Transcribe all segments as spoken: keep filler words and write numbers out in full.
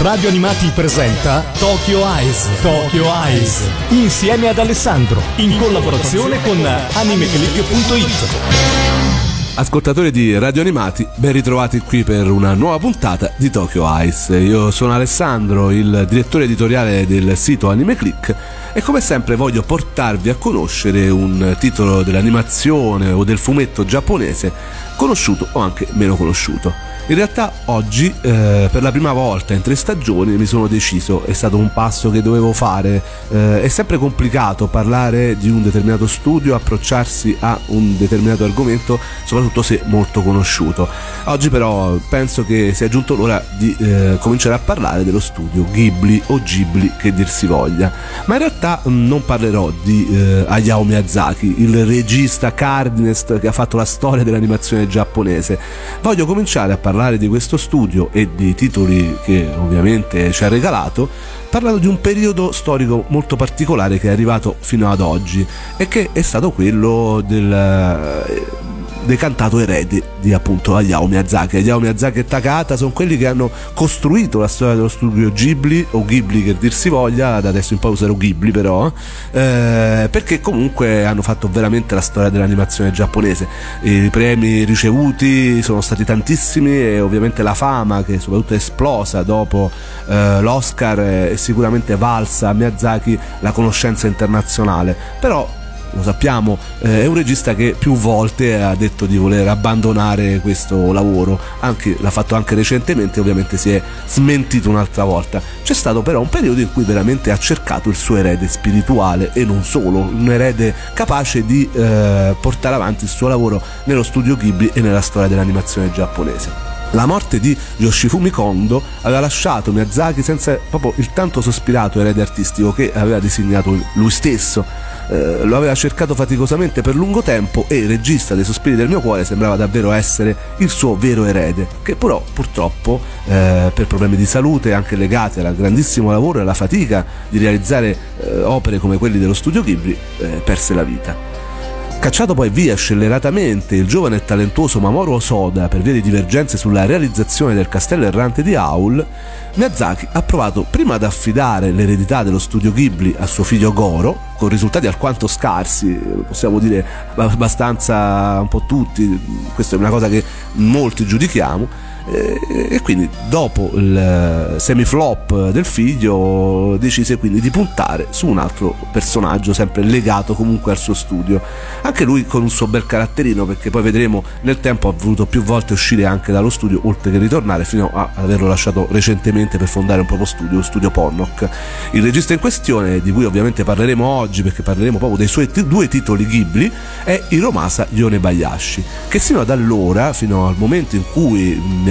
Radio Animati presenta Tokyo Eyes. Tokyo Eyes. Insieme ad Alessandro. In collaborazione con animeclick punto it. Ascoltatori di Radio Animati, ben ritrovati qui per una nuova puntata di Tokyo Eyes. Io sono Alessandro, il direttore editoriale del sito AnimeClick, e come sempre voglio portarvi a conoscere un titolo dell'animazione o del fumetto giapponese conosciuto o anche meno conosciuto. In realtà oggi eh, per la prima volta in tre stagioni mi sono deciso, è stato un passo che dovevo fare. Eh, è sempre complicato parlare di un determinato studio, approcciarsi a un determinato argomento, soprattutto se molto conosciuto. Oggi però penso che sia giunto l'ora di eh, cominciare a parlare dello studio Ghibli o Ghibli, che dir si voglia. Ma in realtà mh, non parlerò di eh, Hayao Miyazaki, il regista cardinest che ha fatto la storia dell'animazione giapponese. Voglio cominciare a parlare di questo studio e dei titoli che ovviamente ci ha regalato, parlando di un periodo storico molto particolare che è arrivato fino ad oggi e che è stato quello del decantato erede di appunto Hayao Miyazaki. Hayao Miyazaki e Takahata sono quelli che hanno costruito la storia dello studio Ghibli, o Ghibli che dir si voglia, da adesso in poi userò Ghibli però, eh, perché comunque hanno fatto veramente la storia dell'animazione giapponese. I premi ricevuti sono stati tantissimi e ovviamente la fama, che soprattutto è esplosa dopo eh, l'Oscar, è sicuramente valsa a Miyazaki la conoscenza internazionale. Però lo sappiamo, eh, è un regista che più volte ha detto di voler abbandonare questo lavoro, anche, l'ha fatto anche recentemente, ovviamente si è smentito un'altra volta. C'è stato però un periodo in cui veramente ha cercato il suo erede spirituale, e non solo, un erede capace di eh, portare avanti il suo lavoro nello studio Ghibli e nella storia dell'animazione giapponese. La morte di Yoshifumi Kondo aveva lasciato Miyazaki senza proprio il tanto sospirato erede artistico che aveva designato lui stesso. Eh, lo aveva cercato faticosamente per lungo tempo, e il regista dei Sospiri del mio cuore sembrava davvero essere il suo vero erede, che però purtroppo eh, per problemi di salute, anche legati al grandissimo lavoro e alla fatica di realizzare eh, opere come quelli dello studio Ghibli, eh, perse la vita. Cacciato poi via scelleratamente il giovane e talentuoso Mamoru Hosoda per via di divergenze sulla realizzazione del castello errante di Howl, Miyazaki ha provato prima ad affidare l'eredità dello studio Ghibli a suo figlio Goro, con risultati alquanto scarsi, possiamo dire abbastanza un po' tutti, questa è una cosa che molti giudichiamo, e quindi dopo il semiflop del figlio decise quindi di puntare su un altro personaggio sempre legato comunque al suo studio, anche lui con un suo bel caratterino, perché poi vedremo nel tempo ha voluto più volte uscire anche dallo studio oltre che ritornare, fino a averlo lasciato recentemente per fondare un proprio studio, lo studio Ponnoc. Il regista in questione, di cui ovviamente parleremo oggi perché parleremo proprio dei suoi t- due titoli Ghibli, è Hiromasa Yonebayashi, che sino ad allora, fino al momento in cui Miyazaki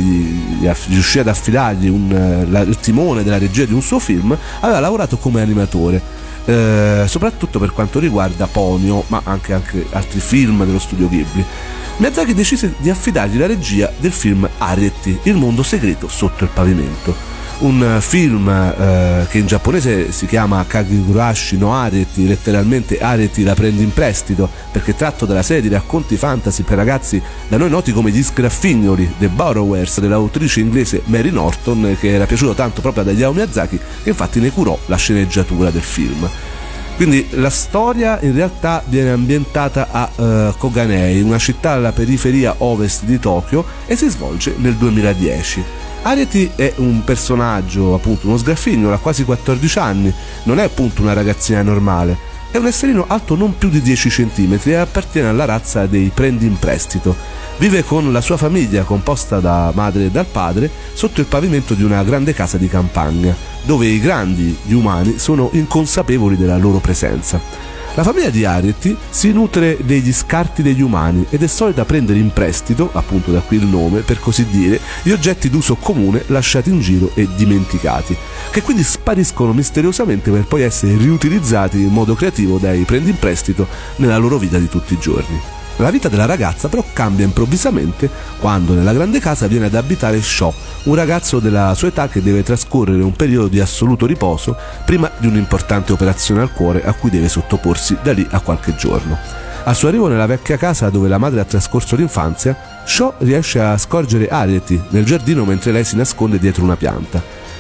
riuscì ad affidargli un, la, il timone della regia di un suo film, aveva lavorato come animatore, eh, soprattutto per quanto riguarda Ponyo, ma anche, anche altri film dello studio Ghibli. Miyazaki decise di affidargli la regia del film Arrietty, il mondo segreto sotto il pavimento, un film eh, che in giapponese si chiama Kagegurashi no Arrietty, letteralmente Arrietty la prendi in prestito, perché è tratto dalla serie di racconti fantasy per ragazzi da noi noti come Gli Sgraffignoli, The Borrowers, dell'autrice inglese Mary Norton, che era piaciuto tanto proprio ad Hayao Miyazaki che infatti ne curò la sceneggiatura del film. Quindi la storia in realtà viene ambientata a uh, Koganei, una città alla periferia ovest di Tokyo, e si svolge nel duemiladieci. Arrietty è un personaggio, appunto uno sgraffignolo, ha quasi quattordici anni, non è appunto una ragazzina normale, è un esserino alto non più di dieci centimetri e appartiene alla razza dei prendi in prestito. Vive con la sua famiglia, composta da madre e dal padre, sotto il pavimento di una grande casa di campagna, dove i grandi, gli umani, sono inconsapevoli della loro presenza. La famiglia di Arrietty si nutre degli scarti degli umani ed è solita prendere in prestito, appunto da qui il nome, per così dire, gli oggetti d'uso comune lasciati in giro e dimenticati, che quindi spariscono misteriosamente per poi essere riutilizzati in modo creativo dai prendi in prestito nella loro vita di tutti i giorni. La vita della ragazza però cambia improvvisamente quando nella grande casa viene ad abitare Sho, un ragazzo della sua età che deve trascorrere un periodo di assoluto riposo prima di un'importante operazione al cuore a cui deve sottoporsi da lì a qualche giorno. Al suo arrivo nella vecchia casa dove la madre ha trascorso l'infanzia, Sho riesce a scorgere Arrietty nel giardino mentre lei si nasconde dietro una pianta.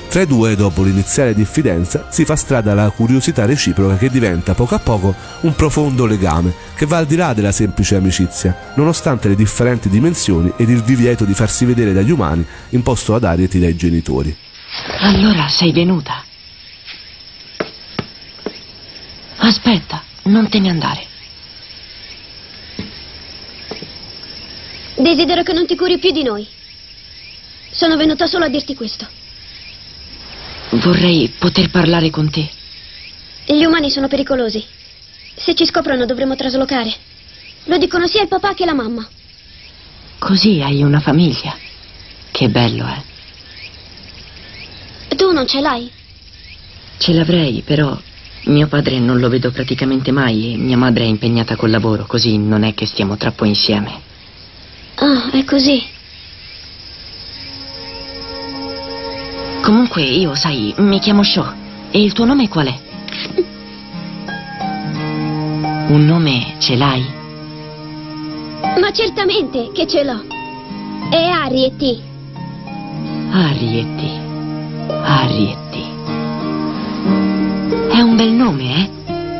Tra i due, dopo l'iniziale diffidenza, si fa strada la curiosità reciproca che diventa poco a poco un profondo legame che va al di là della semplice amicizia, nonostante le differenti dimensioni ed il divieto di farsi vedere dagli umani imposto ad Harriet dai genitori. Allora sei venuta? Aspetta, non te ne andare. Desidero che non ti curi più di noi. Sono venuta solo a dirti questo. Vorrei poter parlare con te. Gli umani sono pericolosi. Se ci scoprono dovremo traslocare. Lo dicono sia il papà che la mamma. Così hai una famiglia. Che bello, eh? Tu non ce l'hai? Ce l'avrei, però mio padre non lo vedo praticamente mai e mia madre è impegnata col lavoro, così non è che stiamo troppo insieme. Ah, è così. Comunque io, sai, mi chiamo Shaw. E il tuo nome qual è? Un nome ce l'hai? Ma certamente che ce l'ho. È Harriet. Harriet. Harriet. È un bel nome, eh?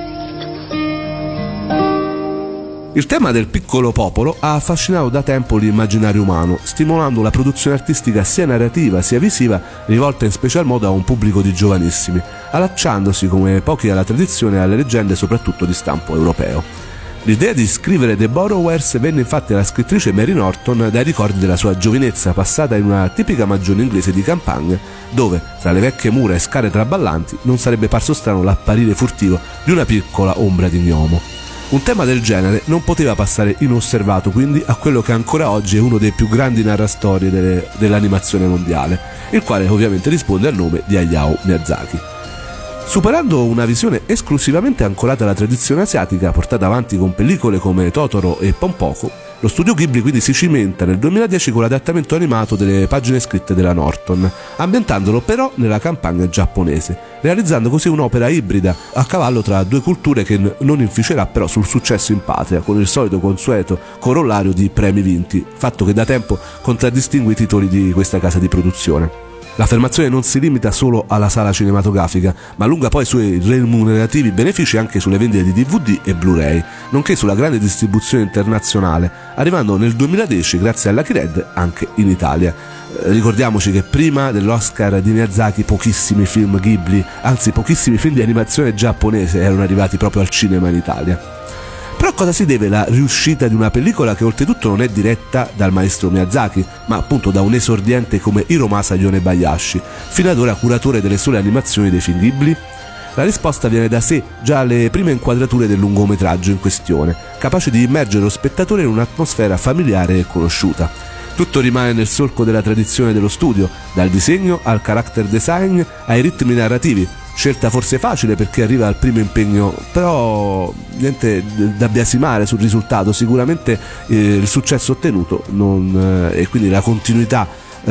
Il tema del piccolo popolo ha affascinato da tempo l'immaginario umano, stimolando la produzione artistica sia narrativa sia visiva, rivolta in special modo a un pubblico di giovanissimi, allacciandosi come pochi alla tradizione e alle leggende soprattutto di stampo europeo. L'idea di scrivere The Borrowers venne infatti alla scrittrice Mary Norton dai ricordi della sua giovinezza passata in una tipica magione inglese di campagna, dove, tra le vecchie mura e scale traballanti, non sarebbe parso strano l'apparire furtivo di una piccola ombra di gnomo. Un tema del genere non poteva passare inosservato quindi a quello che ancora oggi è uno dei più grandi narrastorie delle, dell'animazione mondiale, il quale ovviamente risponde al nome di Hayao Miyazaki. Superando una visione esclusivamente ancorata alla tradizione asiatica portata avanti con pellicole come Totoro e Pompoko, lo studio Ghibli quindi si cimenta nel duemiladieci con l'adattamento animato delle pagine scritte della Norton, ambientandolo però nella campagna giapponese, realizzando così un'opera ibrida a cavallo tra due culture che non inficerà però sul successo in patria, con il solito consueto corollario di premi vinti, fatto che da tempo contraddistingue i titoli di questa casa di produzione. L'affermazione non si limita solo alla sala cinematografica, ma allunga poi i suoi remunerativi benefici anche sulle vendite di D V D e Blu-ray, nonché sulla grande distribuzione internazionale, arrivando nel duemiladieci, grazie alla Lucky Red, anche in Italia. Eh, ricordiamoci che prima dell'Oscar di Miyazaki pochissimi film Ghibli, anzi pochissimi film di animazione giapponese erano arrivati proprio al cinema in Italia. Però a cosa si deve la riuscita di una pellicola che oltretutto non è diretta dal maestro Miyazaki, ma appunto da un esordiente come Hiromasa Yonebayashi, fino ad ora curatore delle sole animazioni dei film Ghibli? La risposta viene da sé già alle prime inquadrature del lungometraggio in questione, capace di immergere lo spettatore in un'atmosfera familiare e conosciuta. Tutto rimane nel solco della tradizione dello studio, dal disegno al character design ai ritmi narrativi, scelta forse facile perché arriva al primo impegno, però niente da biasimare sul risultato. Sicuramente eh, il successo ottenuto non, eh, e quindi la continuità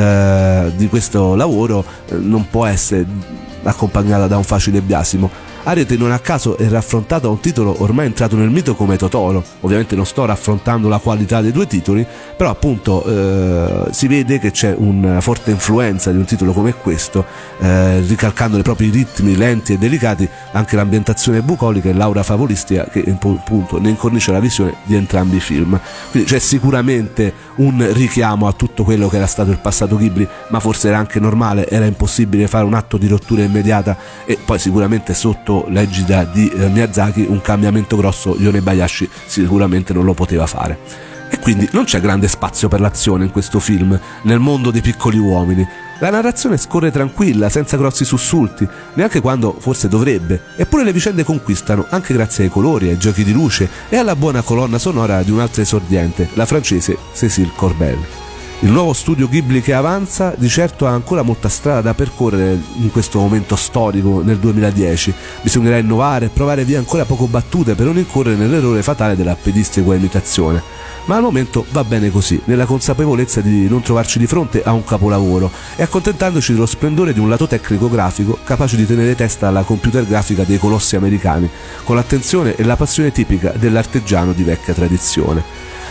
eh, di questo lavoro eh, non può essere accompagnata da un facile biasimo. Harriet non a caso è raffrontata a un titolo ormai entrato nel mito come Totoro. Ovviamente non sto raffrontando la qualità dei due titoli, però appunto eh, si vede che c'è una forte influenza di un titolo come questo, eh, ricalcando i propri ritmi lenti e delicati, anche l'ambientazione bucolica e l'aura favolistica che appunto ne incornicia la visione di entrambi i film. Quindi c'è sicuramente un richiamo a tutto quello che era stato il passato Ghibli, ma forse era anche normale, era impossibile fare un atto di rottura immediata, e poi sicuramente sotto l'egida di eh, Miyazaki un cambiamento grosso Yonebayashi sicuramente non lo poteva fare. E quindi non c'è grande spazio per l'azione in questo film, nel mondo dei piccoli uomini. La narrazione scorre tranquilla, senza grossi sussulti, neanche quando forse dovrebbe, eppure le vicende conquistano anche grazie ai colori, ai giochi di luce e alla buona colonna sonora di un altro esordiente, la francese Cécile Corbel. Il nuovo studio Ghibli che avanza di certo ha ancora molta strada da percorrere in questo momento storico nel duemiladieci. Bisognerà innovare e provare via ancora poco battute per non incorrere nell'errore fatale della pedistica imitazione. Ma al momento va bene così, nella consapevolezza di non trovarci di fronte a un capolavoro e accontentandoci dello splendore di un lato tecnico-grafico capace di tenere testa alla computer grafica dei colossi americani, con l'attenzione e la passione tipica dell'artigiano di vecchia tradizione.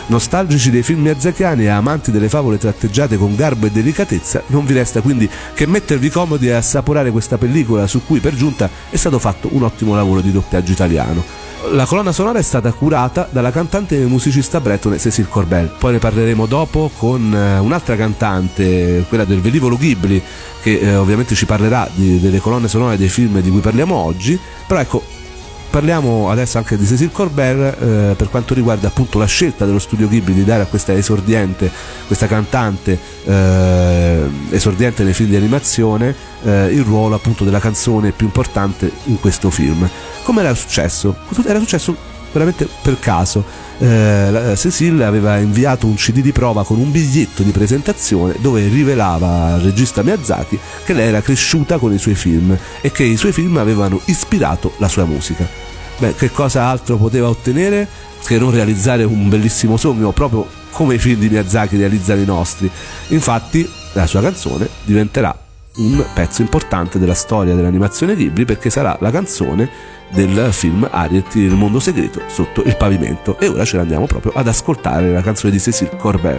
Nostalgici dei film miyazakiani e amanti delle favole tratteggiate con garbo e delicatezza, non vi resta quindi che mettervi comodi e assaporare questa pellicola su cui per giunta è stato fatto un ottimo lavoro di doppiaggio italiano. La colonna sonora è stata curata dalla cantante e musicista bretone Cécile Corbel. Poi ne parleremo dopo con un'altra cantante, quella del velivolo Ghibli, che eh, ovviamente ci parlerà di, delle colonne sonore dei film di cui parliamo oggi. Però ecco, parliamo adesso anche di Cécile Corbel eh, per quanto riguarda appunto la scelta dello studio Ghibli di dare a questa esordiente, questa cantante eh, esordiente nei film di animazione eh, il ruolo appunto della canzone più importante in questo film. Come era successo? Era successo veramente per caso. Eh, Cécile aveva inviato un C D di prova con un biglietto di presentazione dove rivelava al regista Miyazaki che lei era cresciuta con i suoi film e che i suoi film avevano ispirato la sua musica. Beh, che cosa altro poteva ottenere che non realizzare un bellissimo sogno, proprio come i film di Miyazaki realizzano i nostri? Infatti la sua canzone diventerà un pezzo importante della storia dell'animazione Ghibli, perché sarà la canzone del film Arieti, il mondo segreto sotto il pavimento. E ora ce l'andiamo proprio ad ascoltare, la canzone di Cécile Corbel.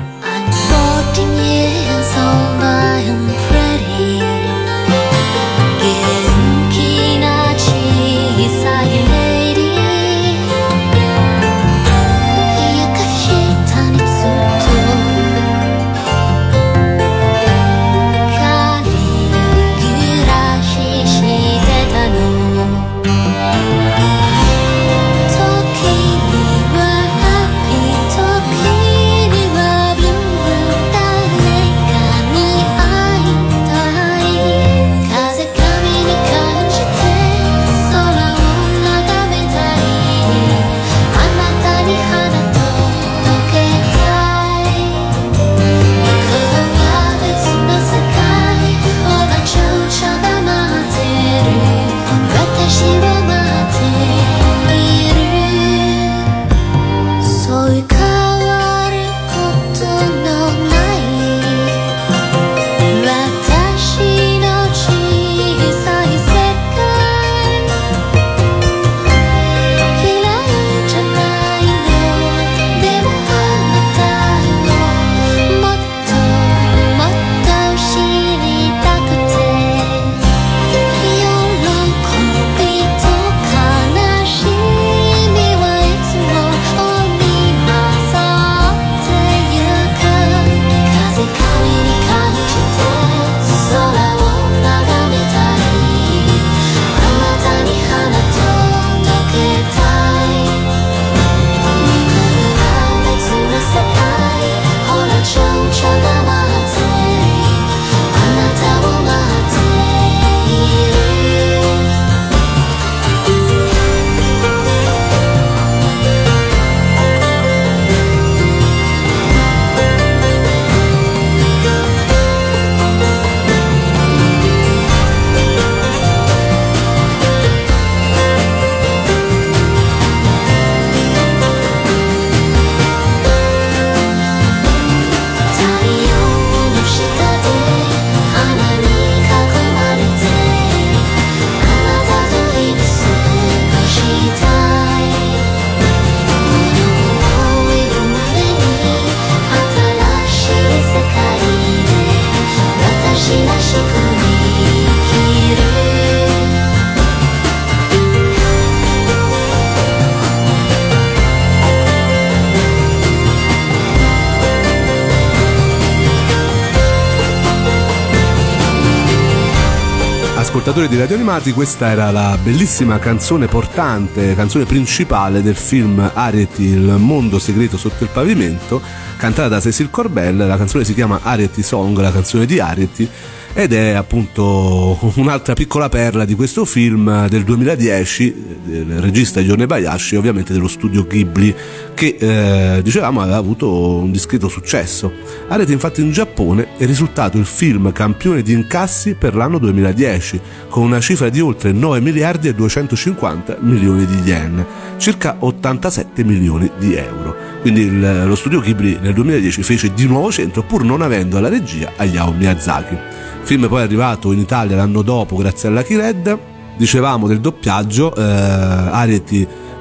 Ascoltatori di Radio Animati, questa era la bellissima canzone portante, canzone principale del film Arieti, il mondo segreto sotto il pavimento, cantata da Cécile Corbel. La canzone si chiama Arieti Song, la canzone di Arieti, ed è appunto un'altra piccola perla di questo film del duemiladieci del regista Hayao Bayashi, ovviamente dello studio Ghibli, che eh, dicevamo aveva avuto un discreto successo. Arieti infatti in Giappone è risultato il film campione di incassi per l'anno duemiladieci, con una cifra di oltre nove miliardi e duecentocinquanta milioni di yen, circa ottantasette milioni di euro. Quindi il, lo studio Ghibli nel duemiladieci fece di nuovo centro, pur non avendo alla regia Hayao Miyazaki. Il film poi è arrivato in Italia l'anno dopo grazie alla Lucky Red. Dicevamo del doppiaggio, eh, Arieti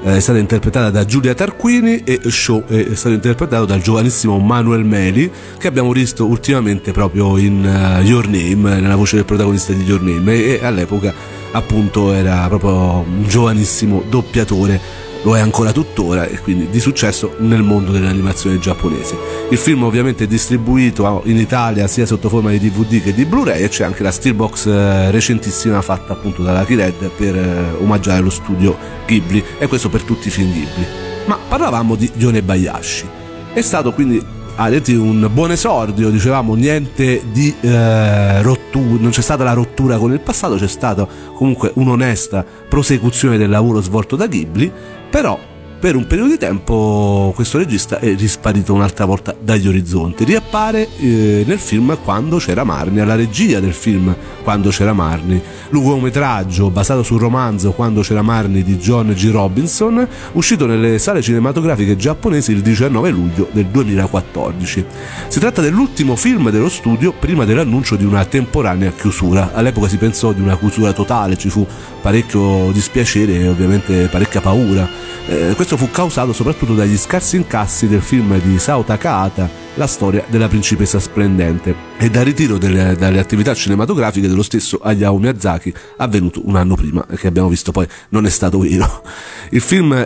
è stata interpretata da Giulia Tarquini e Shaw è stato interpretato dal giovanissimo Manuel Meli, che abbiamo visto ultimamente proprio in uh, Your Name, nella voce del protagonista di Your Name, e, e all'epoca appunto era proprio un giovanissimo doppiatore, lo è ancora tuttora, e quindi di successo nel mondo dell'animazione giapponese. Il film ovviamente è distribuito in Italia sia sotto forma di D V D che di Blu-ray, e c'è anche la steelbox eh, recentissima fatta appunto dalla Lucky Red per eh, omaggiare lo studio Ghibli, e questo per tutti i film Ghibli. Ma parlavamo di Yonebayashi, è stato quindi ha detto un buon esordio, dicevamo niente di eh, rottura, non c'è stata la rottura con il passato, c'è stata comunque un'onesta prosecuzione del lavoro svolto da Ghibli, però per un periodo di tempo questo regista è risparito un'altra volta dagli orizzonti. Riappare eh, nel film Quando c'era Marnie, alla regia del film Quando c'era Marnie, lungometraggio basato sul romanzo Quando c'era Marnie di John G. Robinson, uscito nelle sale cinematografiche giapponesi il diciannove luglio del duemilaquattordici. Si tratta dell'ultimo film dello studio prima dell'annuncio di una temporanea chiusura. All'epoca si pensò di una chiusura totale, ci fu parecchio dispiacere e ovviamente parecchia paura. Eh, questo fu causato soprattutto dagli scarsi incassi del film di Isao Takahata, La storia della principessa splendente, e dal ritiro delle, dalle attività cinematografiche dello stesso Hayao Miyazaki, avvenuto un anno prima, che abbiamo visto poi non è stato vero. Il film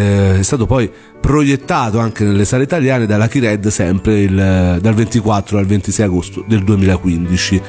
è stato poi proiettato anche nelle sale italiane dalla Lucky Red sempre il, dal ventiquattro al ventisei agosto del duemilaquindici.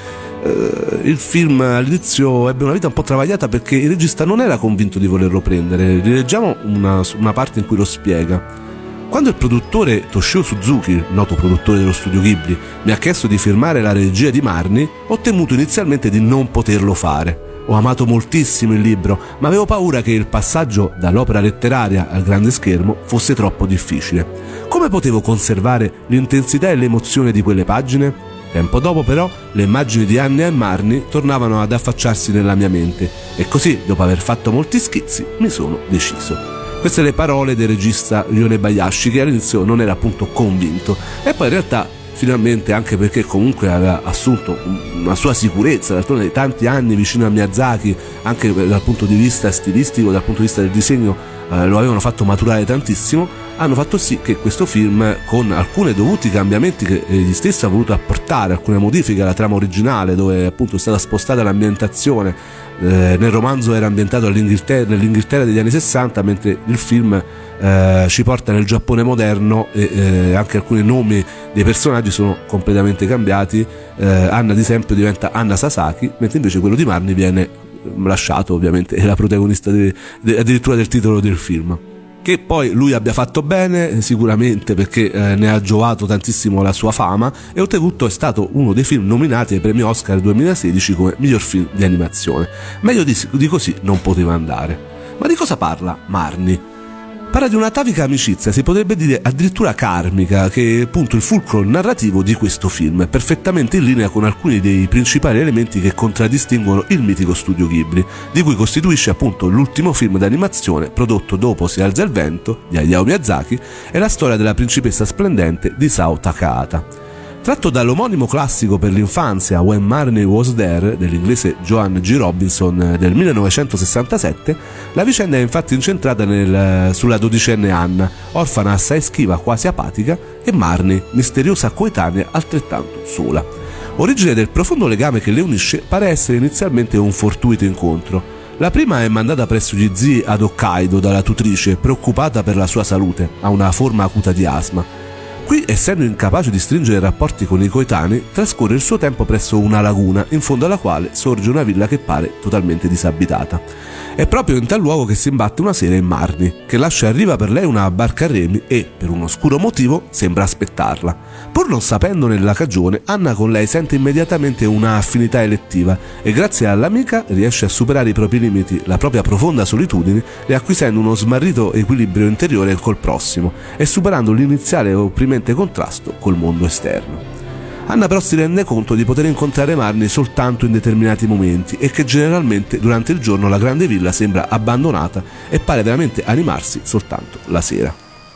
Uh, il film all'inizio ebbe una vita un po' travagliata perché il regista non era convinto di volerlo prendere. Rileggiamo una, una parte in cui lo spiega. Quando il produttore Toshio Suzuki, noto produttore dello studio Ghibli, mi ha chiesto di firmare la regia di Marnie, ho temuto inizialmente di non poterlo fare. Ho amato moltissimo il libro, ma avevo paura che il passaggio dall'opera letteraria al grande schermo fosse troppo difficile. Come potevo conservare l'intensità e l'emozione di quelle pagine? Tempo dopo però le immagini di Anne e Marnie tornavano ad affacciarsi nella mia mente, e così, dopo aver fatto molti schizzi, mi sono deciso. Queste le parole del regista Yonebayashi, che all'inizio non era appunto convinto, e poi in realtà finalmente, anche perché comunque aveva assunto una sua sicurezza, d'altronde tanti anni vicino a Miyazaki, anche dal punto di vista stilistico, dal punto di vista del disegno, eh, lo avevano fatto maturare tantissimo, hanno fatto sì che questo film, con alcuni dovuti cambiamenti che egli stesso ha voluto apportare, alcune modifiche alla trama originale, dove appunto è stata spostata l'ambientazione, eh, nel romanzo era ambientato all'Inghilterra, nell'Inghilterra degli anni sessanta, mentre il film eh, ci porta nel Giappone moderno, e eh, anche alcuni nomi dei personaggi sono completamente cambiati. eh, Anna ad esempio diventa Anna Sasaki, mentre invece quello di Marnie viene lasciato, ovviamente è la protagonista de, de, addirittura del titolo del film. Che poi lui abbia fatto bene sicuramente, perché eh, ne ha giovato tantissimo la sua fama, e oltretutto è stato uno dei film nominati ai premi Oscar duemilasedici come miglior film di animazione. Meglio di, di così non poteva andare. Ma di cosa parla Marnie? Parla di un'atavica amicizia, si potrebbe dire addirittura karmica, che è appunto il fulcro narrativo di questo film, perfettamente in linea con alcuni dei principali elementi che contraddistinguono il mitico studio Ghibli, di cui costituisce appunto l'ultimo film d'animazione prodotto dopo Si alza il vento di Hayao Miyazaki e La storia della principessa splendente di Isao Takahata. Tratto dall'omonimo classico per l'infanzia When Marnie Was There dell'inglese John G. Robinson del millenovecentosessantasette, la vicenda è infatti incentrata nel, sulla dodicenne Anna, orfana assai schiva, quasi apatica, e Marnie, misteriosa coetanea altrettanto sola. Origine del profondo legame che le unisce pare essere inizialmente un fortuito incontro. La prima è mandata presso gli zii ad Hokkaido dalla tutrice, preoccupata per la sua salute, ha una forma acuta di asma. Qui, essendo incapace di stringere rapporti con i coetanei, trascorre il suo tempo presso una laguna, in fondo alla quale sorge una villa che pare totalmente disabitata. È proprio in tal luogo che si imbatte una sera in Marnie, che lascia a riva per lei una barca a remi e, per un oscuro motivo, sembra aspettarla. Pur non sapendone la cagione, Anna con lei sente immediatamente una affinità elettiva e grazie all'amica riesce a superare i propri limiti, la propria profonda solitudine, riacquisendo uno smarrito equilibrio interiore col prossimo e superando l'iniziale opprimente contrasto col mondo esterno. Anna però si rende conto di poter incontrare Marnie soltanto in determinati momenti e che generalmente durante il giorno la grande villa sembra abbandonata e pare veramente animarsi soltanto la sera.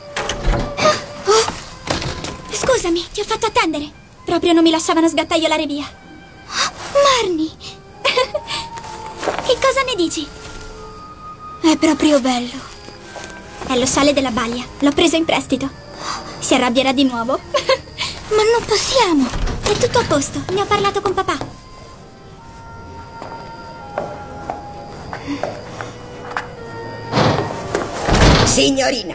Oh, scusami, ti ho fatto attendere. Proprio non mi lasciavano sgattaiolare via. Oh, Marnie! Che cosa ne dici? È proprio bello. È lo sale della balia. L'ho preso in prestito. Si arrabbierà di nuovo? Ma non possiamo. È tutto a posto. Ne ho parlato con papà. Signorina,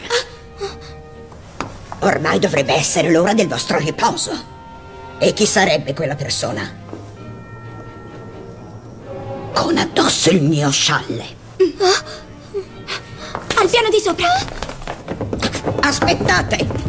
ormai dovrebbe essere l'ora del vostro riposo. E chi sarebbe quella persona? Con addosso il mio scialle. Al piano di sopra. Aspettate.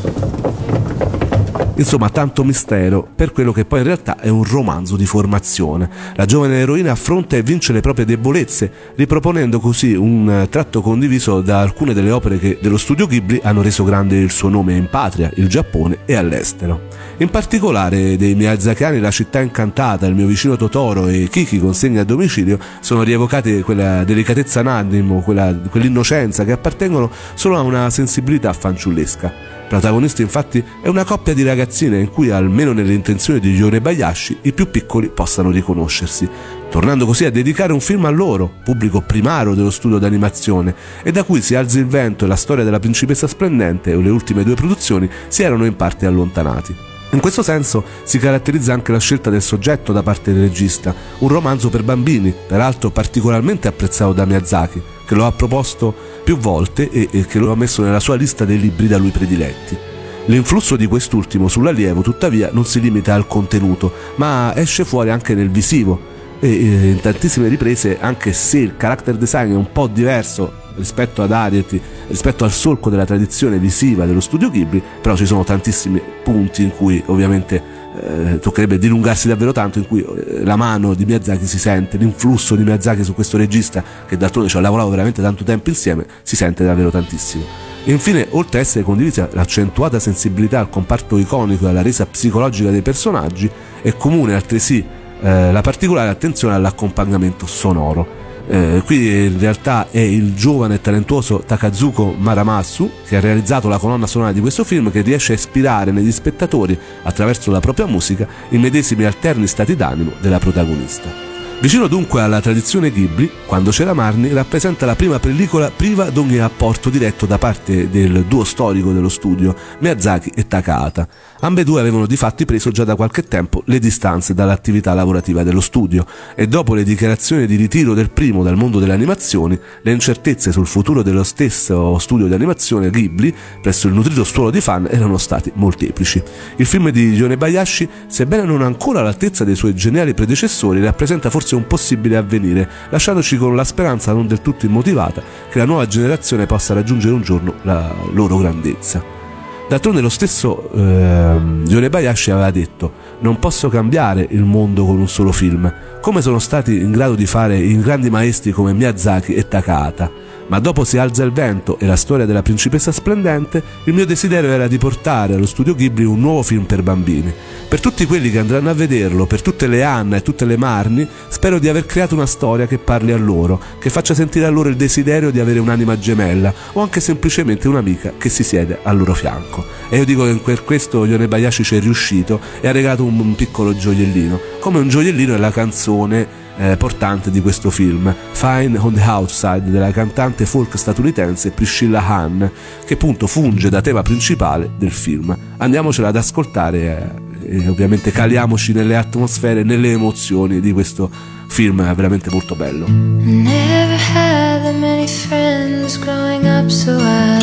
Insomma, tanto mistero per quello che poi in realtà è un romanzo di formazione. La giovane eroina affronta e vince le proprie debolezze, riproponendo così un tratto condiviso da alcune delle opere che dello studio Ghibli hanno reso grande il suo nome in patria, il Giappone e all'estero. In particolare dei miyazakiani La città incantata, Il mio vicino Totoro e Kiki consegna a domicilio sono rievocate quella delicatezza d'animo, quella, quell'innocenza che appartengono solo a una sensibilità fanciullesca. Protagonista infatti è una coppia di ragazzine in cui, almeno nelle intenzioni di Yone Bayashi, i più piccoli possano riconoscersi, tornando così a dedicare un film a loro, pubblico primario dello studio d'animazione, e da cui Si alzi il vento e La storia della principessa splendente o le ultime due produzioni si erano in parte allontanati. In questo senso si caratterizza anche la scelta del soggetto da parte del regista, un romanzo per bambini, peraltro particolarmente apprezzato da Miyazaki, che lo ha proposto più volte e, e che lo ha messo nella sua lista dei libri da lui prediletti. L'influsso di quest'ultimo sull'allievo, tuttavia, non si limita al contenuto, ma esce fuori anche nel visivo e, e in tantissime riprese, anche se il character design è un po' diverso rispetto ad Ariety, rispetto al solco della tradizione visiva dello studio Ghibli, però ci sono tantissimi punti in cui ovviamente eh, toccherebbe dilungarsi davvero tanto, in cui eh, la mano di Miyazaki si sente, l'influsso di Miyazaki su questo regista che d'altronde ci ha lavorato veramente tanto tempo insieme, si sente davvero tantissimo. Infine, oltre a essere condivisa l'accentuata sensibilità al comparto iconico e alla resa psicologica dei personaggi, è comune altresì eh, la particolare attenzione all'accompagnamento sonoro. Eh, qui in realtà è il giovane e talentuoso Takazuko Maramatsu che ha realizzato la colonna sonora di questo film, che riesce a ispirare negli spettatori, attraverso la propria musica, i medesimi alterni stati d'animo della protagonista. Vicino dunque alla tradizione Ghibli, Quando c'era Marnie rappresenta la prima pellicola priva di ogni apporto diretto da parte del duo storico dello studio, Miyazaki e Takahata. Ambedue avevano di fatti preso già da qualche tempo le distanze dall'attività lavorativa dello studio e dopo le dichiarazioni di ritiro del primo dal mondo delle animazioni, le incertezze sul futuro dello stesso studio di animazione Ghibli presso il nutrito stuolo di fan erano stati molteplici. Il film di Yone Bayashi, sebbene non ancora all'altezza dei suoi geniali predecessori, rappresenta forse un possibile avvenire, lasciandoci con la speranza non del tutto immotivata che la nuova generazione possa raggiungere un giorno la loro grandezza. D'altronde lo stesso eh, Yone Bayashi aveva detto: non posso cambiare il mondo con un solo film, come sono stati in grado di fare i grandi maestri come Miyazaki e Takahata. Ma dopo Si alza il vento e La storia della principessa splendente, il mio desiderio era di portare allo studio Ghibli un nuovo film per bambini. Per tutti quelli che andranno a vederlo, per tutte le Anna e tutte le Marnie, spero di aver creato una storia che parli a loro, che faccia sentire a loro il desiderio di avere un'anima gemella o anche semplicemente un'amica che si siede al loro fianco. E io dico che per questo Yone Bayashi ci è riuscito e ha regalato un, un piccolo gioiellino, come un gioiellino è la canzone Eh, portante di questo film, Fine on the Outside, della cantante folk statunitense Priscilla Hahn, che appunto funge da tema principale del film. Andiamocela ad ascoltare eh, e ovviamente caliamoci nelle atmosfere, nelle emozioni di questo film veramente molto bello. Never had that many friends growing up, so I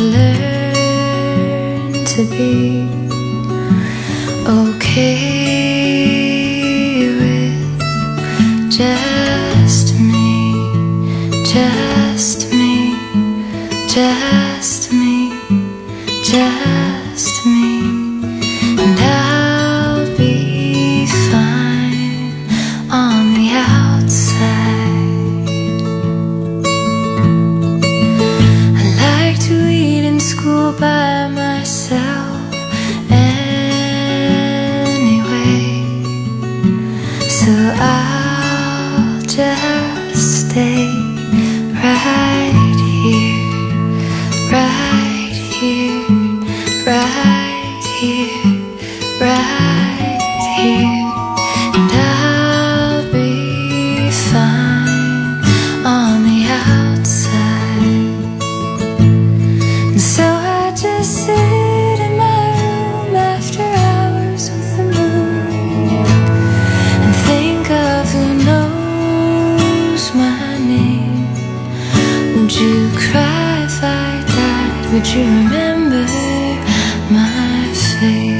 learned to be okay with just me, just me, just me, just me, and I'll be fine on the outside. I like to eat in school by myself anyway, so I'll just stay right here, right here, right here, right here, and I'll be fine on the outside. would you remember my face?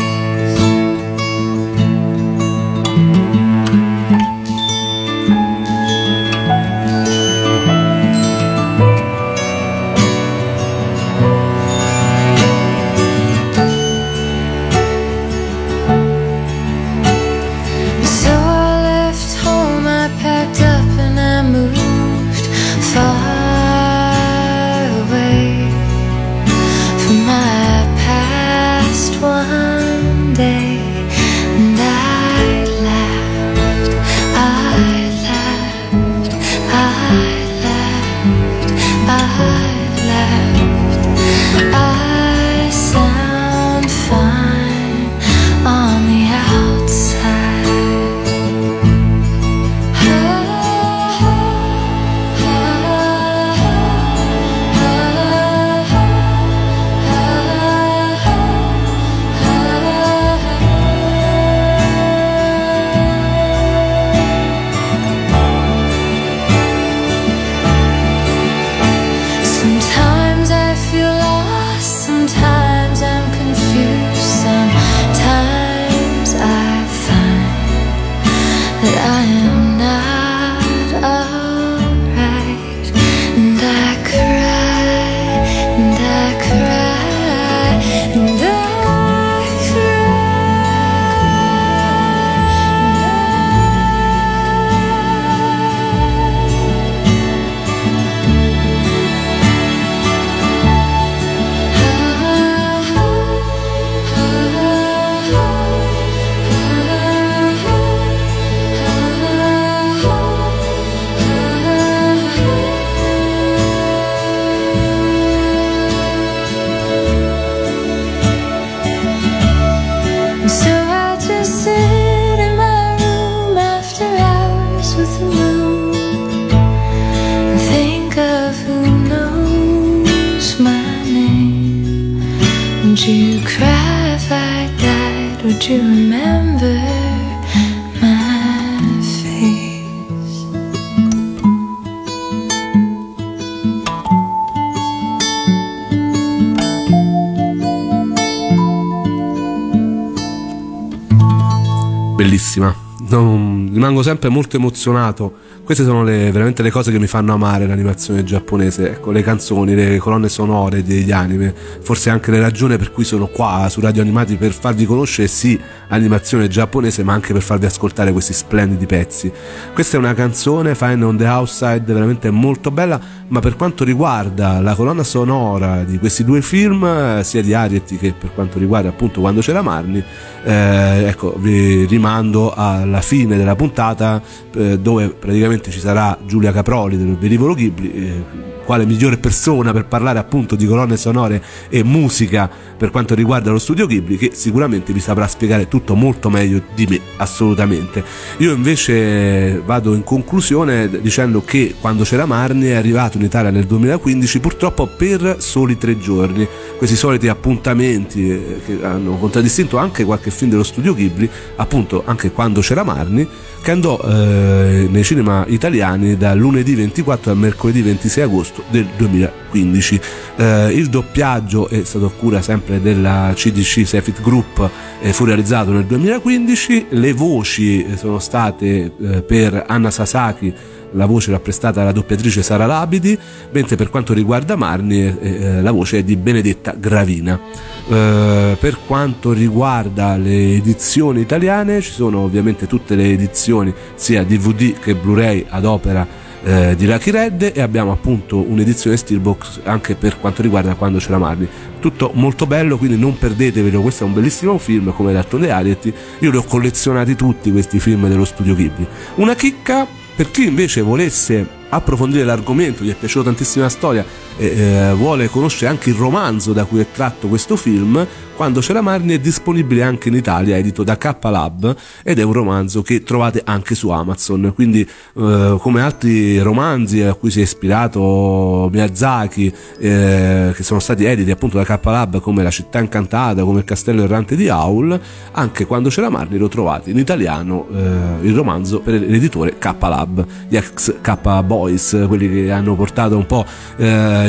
Bellissima, non, rimango sempre molto emozionato. Queste sono le, veramente le cose che mi fanno amare l'animazione giapponese, ecco, le canzoni, le colonne sonore degli anime, forse anche le ragioni per cui sono qua su Radio Animati, per farvi conoscere sì animazione giapponese, ma anche per farvi ascoltare questi splendidi pezzi. Questa è una canzone, Fine on the Outside, veramente molto bella, ma per quanto riguarda la colonna sonora di questi due film, sia di Arrietty che per quanto riguarda appunto Quando c'era Marnie, eh, ecco, vi rimando alla fine della puntata, eh, dove praticamente ci sarà Giulia Caproli del Velivolo Ghibli, eh, quale migliore persona per parlare appunto di colonne sonore e musica per quanto riguarda lo studio Ghibli, che sicuramente vi saprà spiegare tutto molto meglio di me, assolutamente. Io invece vado in conclusione dicendo che Quando c'era Marnie è arrivato in Italia nel duemilaquindici, purtroppo per soli tre giorni, questi soliti appuntamenti che hanno contraddistinto anche qualche film dello studio Ghibli, appunto anche Quando c'era Marnie, che andò eh, nei cinema italiani dal lunedì ventiquattro al mercoledì ventisei agosto del duemilaquindici. Eh, il doppiaggio è stato a cura sempre della C D C Sefit Group, eh, fu realizzato nel duemilaquindici. Le voci sono state eh, per Anna Sasaki, la voce l'ha prestata la doppiatrice Sara Labidi, mentre per quanto riguarda Marnie eh, la voce è di Benedetta Gravina. Eh, per quanto riguarda le edizioni italiane, ci sono ovviamente tutte le edizioni sia D V D che Blu-ray ad opera eh, di Lucky Red, e abbiamo appunto un'edizione Steelbook anche per quanto riguarda Quando c'era Marnie. Tutto molto bello, quindi non perdetevelo, questo è un bellissimo film, come d'altronde Arrietty. Io li ho collezionati tutti questi film dello studio Ghibli. Una chicca per chi invece volesse approfondire l'argomento, gli è piaciuta tantissimo la storia e eh, vuole conoscere anche il romanzo da cui è tratto questo film, Quando c'era Marnie è disponibile anche in Italia, edito da K Lab, ed è un romanzo che trovate anche su Amazon. Quindi eh, come altri romanzi a cui si è ispirato Miyazaki, eh, che sono stati editi appunto da K Lab, come La città incantata, come Il castello errante di Howl, anche Quando c'era Marnie lo trovate in italiano, eh, il romanzo per l'editore K Lab, gli ex K Boys, quelli che hanno portato un po' eh,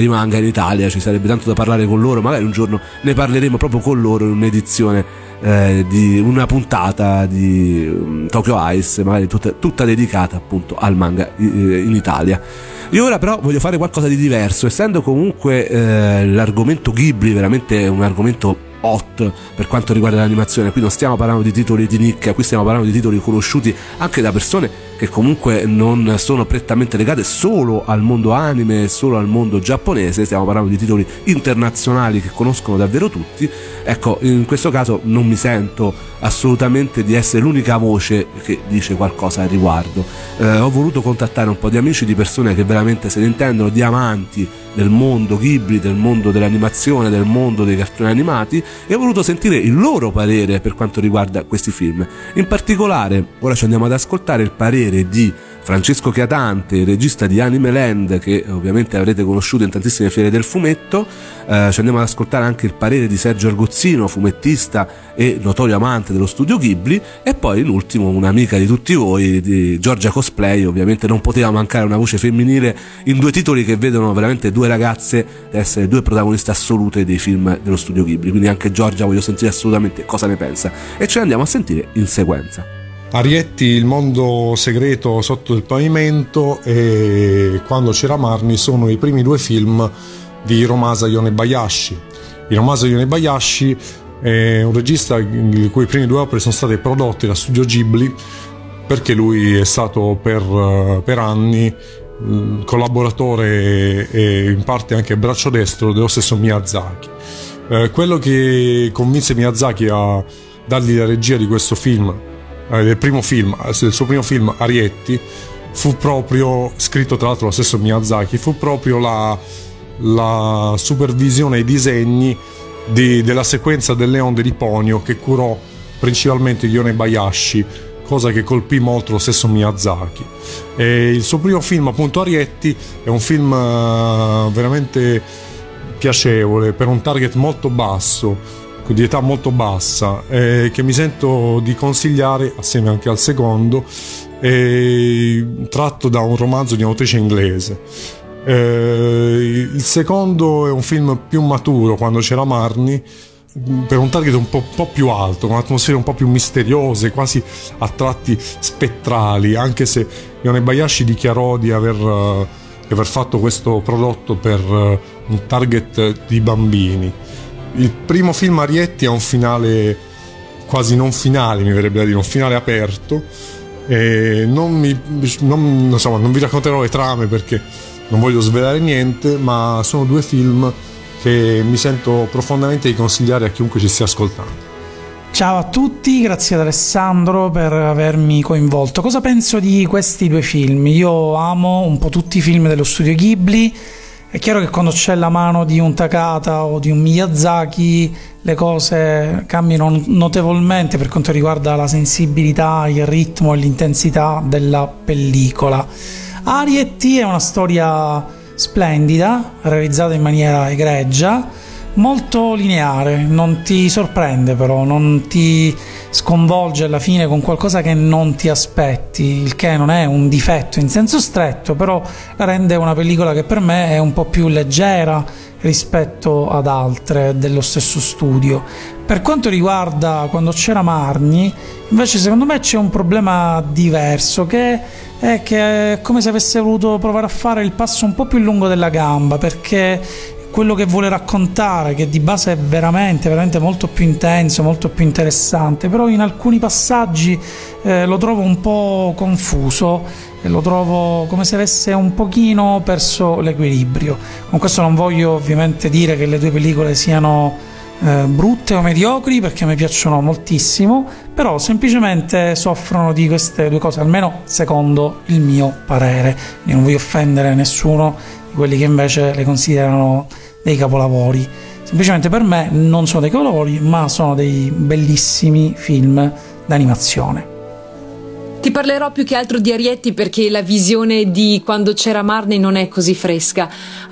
i manga in Italia, ci sarebbe tanto da parlare con loro, magari un giorno ne parleremo proprio con loro in un'edizione eh, di una puntata di um, Tokyo Ice, magari tutta, tutta dedicata appunto al manga eh, in Italia. Io ora però voglio fare qualcosa di diverso, essendo comunque eh, l'argomento Ghibli veramente un argomento hot per quanto riguarda l'animazione. Qui non stiamo parlando di titoli di nicchia, qui stiamo parlando di titoli conosciuti anche da persone che comunque non sono prettamente legate solo al mondo anime, solo al mondo giapponese, stiamo parlando di titoli internazionali che conoscono davvero tutti. Ecco, in questo caso non mi sento assolutamente di essere l'unica voce che dice qualcosa al riguardo. Eh, ho voluto contattare un po' di amici, di persone che veramente se ne intendono, di amanti del mondo Ghibli, del mondo dell'animazione, del mondo dei cartoni animati, e ho voluto sentire il loro parere per quanto riguarda questi film. In particolare, ora ci andiamo ad ascoltare il parere di Francesco Chiatante, il regista di Anime Land, che ovviamente avrete conosciuto in tantissime fiere del fumetto. Eh, ci andiamo ad ascoltare anche il parere di Sergio Argozzino, fumettista e notorio amante dello studio Ghibli, e poi in ultimo un'amica di tutti voi, di Giorgia Cosplay. Ovviamente non poteva mancare una voce femminile in due titoli che vedono veramente due ragazze essere due protagoniste assolute dei film dello studio Ghibli, quindi anche Giorgia voglio sentire assolutamente cosa ne pensa, e ce ne andiamo a sentire in sequenza. Arietti, Il mondo segreto sotto il pavimento e Quando c'era Marnie sono i primi due film di Hiromasa Yonebayashi. Hiromasa Yonebayashi è un regista le cui prime due opere sono state prodotte da Studio Ghibli, perché lui è stato per, per anni collaboratore e in parte anche braccio destro dello stesso Miyazaki. Eh, quello che convinse Miyazaki a dargli la regia di questo film, del primo film, del suo primo film Arietti, fu proprio, scritto tra l'altro lo stesso Miyazaki, fu proprio la, la supervisione e i disegni di, della sequenza delle onde di Ponyo che curò principalmente Yonebayashi, cosa che colpì molto lo stesso Miyazaki. E il suo primo film, appunto Arietti, è un film veramente piacevole per un target molto basso, di età molto bassa, eh, che mi sento di consigliare assieme anche al secondo, eh, tratto da un romanzo di un'autrice inglese. Eh, il secondo è un film più maturo, Quando c'era Marnie, per un target un po', po' più alto, con atmosfere un po' più misteriose, quasi a tratti spettrali, anche se Yonebayashi dichiarò di aver, uh, di aver fatto questo prodotto per uh, un target di bambini. Il primo film Arietti ha un finale quasi non finale, mi verrebbe da dire, un finale aperto, e non, mi, non, insomma, non vi racconterò le trame perché non voglio svelare niente, ma sono due film che mi sento profondamente di consigliare a chiunque ci stia ascoltando. Ciao a tutti, grazie ad Alessandro per avermi coinvolto. Cosa penso di questi due film? Io amo un po' tutti i film dello studio Ghibli. È chiaro che quando c'è la mano di un Takata o di un Miyazaki le cose cambiano notevolmente per quanto riguarda la sensibilità, il ritmo e l'intensità della pellicola. Arietti è una storia splendida, realizzata in maniera egregia, molto lineare, non ti sorprende però, non ti sconvolge alla fine con qualcosa che non ti aspetti, il che non è un difetto in senso stretto, però la rende una pellicola che per me è un po' più leggera rispetto ad altre dello stesso studio. Per quanto riguarda Quando c'era Marnie, invece secondo me c'è un problema diverso, che è che è come se avesse voluto provare a fare il passo un po' più lungo della gamba, perché quello che vuole raccontare, che di base è veramente, veramente molto più intenso, molto più interessante, però in alcuni passaggi eh, lo trovo un po' confuso e lo trovo come se avesse un pochino perso l'equilibrio. Con questo non voglio ovviamente dire che le due pellicole siano eh, brutte o mediocri, perché mi piacciono moltissimo, però semplicemente soffrono di queste due cose, almeno secondo il mio parere. Io non voglio offendere nessuno di quelli che invece le considerano dei capolavori. Semplicemente per me non sono dei capolavori, ma sono dei bellissimi film d'animazione. Ti parlerò più che altro di Arietti perché la visione di Quando c'era Marnie non è così fresca.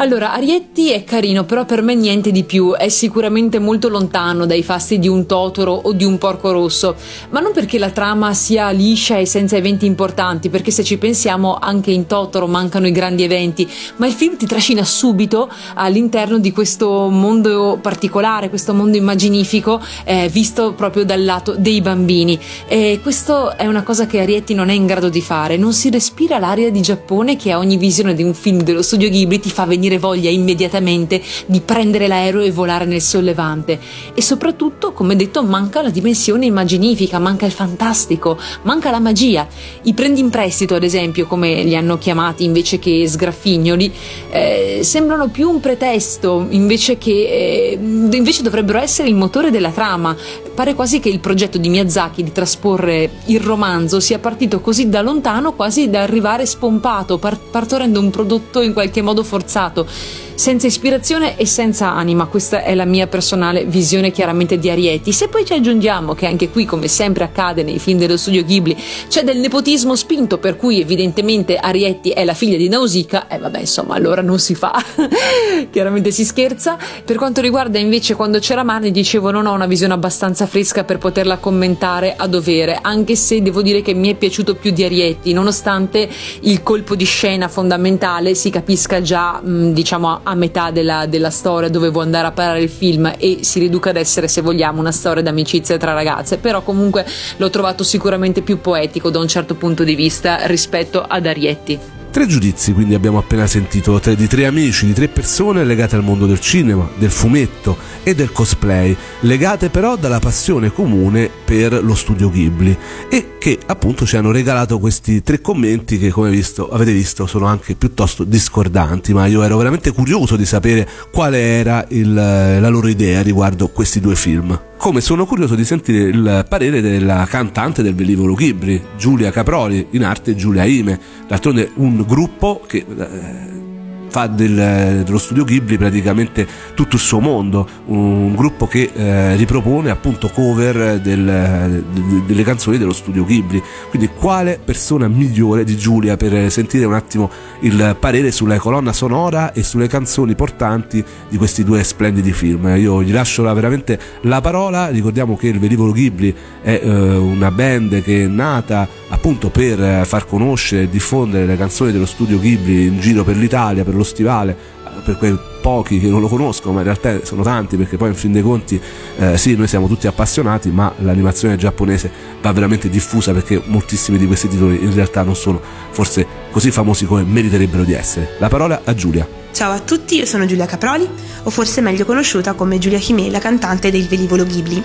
Allora, Arietti è carino, però per me niente di più, è sicuramente molto lontano dai fasti di un Totoro o di un Porco Rosso, ma non perché la trama sia liscia e senza eventi importanti, perché se ci pensiamo anche in Totoro mancano i grandi eventi, ma il film ti trascina subito all'interno di questo mondo particolare, questo mondo immaginifico, eh, visto proprio dal lato dei bambini, e questo è una cosa che Arietti non è in grado di fare. Non si respira l'aria di Giappone che a ogni visione di un film dello studio Ghibli ti fa venire voglia immediatamente di prendere l'aereo e volare nel sollevante, e soprattutto, come detto, manca la dimensione immaginifica, manca il fantastico, manca la magia. I prendi in prestito, ad esempio, come li hanno chiamati invece che sgraffignoli, eh, sembrano più un pretesto invece che eh, invece dovrebbero essere il motore della trama. Pare quasi che il progetto di Miyazaki di trasporre il romanzo sia partito così da lontano, quasi da arrivare spompato, par- partorendo un prodotto in qualche modo forzato, senza ispirazione e senza anima. Questa è la mia personale visione chiaramente di Arietti. Se poi ci aggiungiamo che anche qui, come sempre accade nei film dello studio Ghibli, c'è del nepotismo spinto, per cui evidentemente Arietti è la figlia di Nausicaa, e eh, vabbè, insomma, allora non si fa. Chiaramente si scherza. Per quanto riguarda invece Quando c'era Marnie, dicevo, non ho una visione abbastanza fresca per poterla commentare a dovere, anche se devo dire che mi è piaciuto più di Arietti, nonostante il colpo di scena fondamentale si capisca già mh, diciamo a metà della, della storia dove vuole andare a parare il film, e si riduca ad essere, se vogliamo, una storia d'amicizia tra ragazze. Però comunque l'ho trovato sicuramente più poetico da un certo punto di vista rispetto ad Arietti. Tre giudizi quindi abbiamo appena sentito, tre di tre amici, di tre persone legate al mondo del cinema, del fumetto e del cosplay, legate però dalla passione comune per lo studio Ghibli, e che appunto ci hanno regalato questi tre commenti che, come visto, avete visto, sono anche piuttosto discordanti, ma io ero veramente curioso di sapere quale era il, la loro idea riguardo questi due film. Come sono curioso di sentire il parere della cantante del velivolo Ghibli, Giulia Caproli, in arte Giulia Hime, d'altronde un gruppo che eh, fa del, dello studio Ghibli praticamente tutto il suo mondo, un gruppo che eh, ripropone appunto cover del, de, delle canzoni dello studio Ghibli. Quindi quale persona migliore di Giulia per sentire un attimo il parere sulla colonna sonora e sulle canzoni portanti di questi due splendidi film. Io gli lascio la, veramente la parola. Ricordiamo che il velivolo Ghibli è eh, una band che è nata appunto per far conoscere e diffondere le canzoni dello studio Ghibli in giro per l'Italia, per lo stivale, per quei pochi che non lo conoscono, ma in realtà sono tanti, perché poi in fin dei conti eh, sì, noi siamo tutti appassionati, ma l'animazione giapponese va veramente diffusa, perché moltissimi di questi titoli in realtà non sono forse così famosi come meriterebbero di essere. La parola a Giulia. Ciao a tutti, io sono Giulia Caproli, o forse meglio conosciuta come Giulia Hime, la cantante del velivolo Ghibli.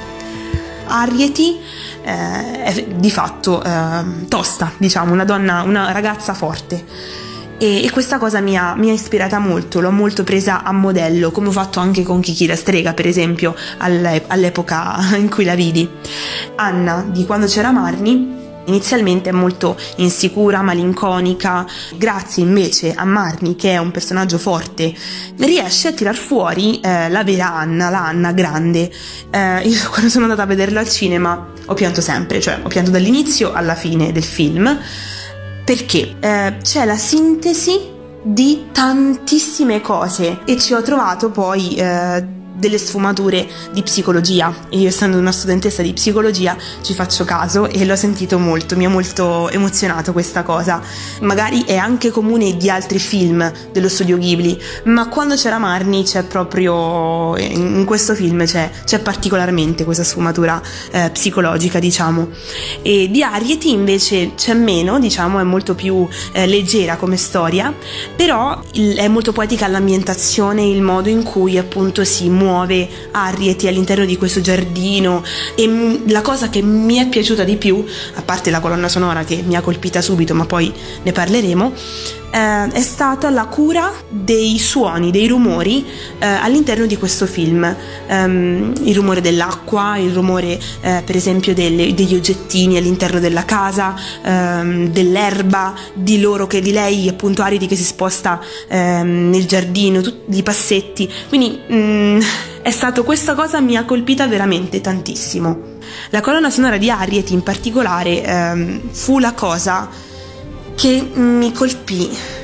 Arieti eh, è di fatto eh, tosta, diciamo, una donna, una ragazza forte, e, e questa cosa mi ha, mi ha ispirata molto, l'ho molto presa a modello, come ho fatto anche con Kiki la strega, per esempio, all'epoca in cui la vidi. Anna, di Quando c'era Marnie, inizialmente è molto insicura, malinconica. Grazie invece a Marnie, che è un personaggio forte, riesce a tirar fuori eh, la vera Anna, la Anna grande. Eh, io quando sono andata a vederlo al cinema ho pianto sempre, cioè ho pianto dall'inizio alla fine del film, perché eh, c'è la sintesi di tantissime cose, e ci ho trovato poi eh, delle sfumature di psicologia. Io, essendo una studentessa di psicologia, ci faccio caso e l'ho sentito molto, mi ha molto emozionato questa cosa. Magari è anche comune di altri film dello studio Ghibli, ma Quando c'era Marnie c'è proprio, in questo film c'è, c'è particolarmente questa sfumatura eh, psicologica, diciamo. E di Arieti invece c'è meno, diciamo, è molto più eh, leggera come storia, però il, è molto poetica l'ambientazione, il modo in cui appunto si muove muove Arieti all'interno di questo giardino. E la cosa che mi è piaciuta di più, a parte la colonna sonora che mi ha colpita subito, ma poi ne parleremo, eh, è stata la cura dei suoni, dei rumori eh, all'interno di questo film. Um, il rumore dell'acqua, il rumore eh, per esempio delle, degli oggettini all'interno della casa, um, dell'erba, di loro che di lei appunto Arieti che si sposta um, nel giardino, tutti i passetti. Quindi um, è stato, questa cosa mi ha colpita veramente tantissimo. La colonna sonora di Arieti in particolare um, fu la cosa che mi colpì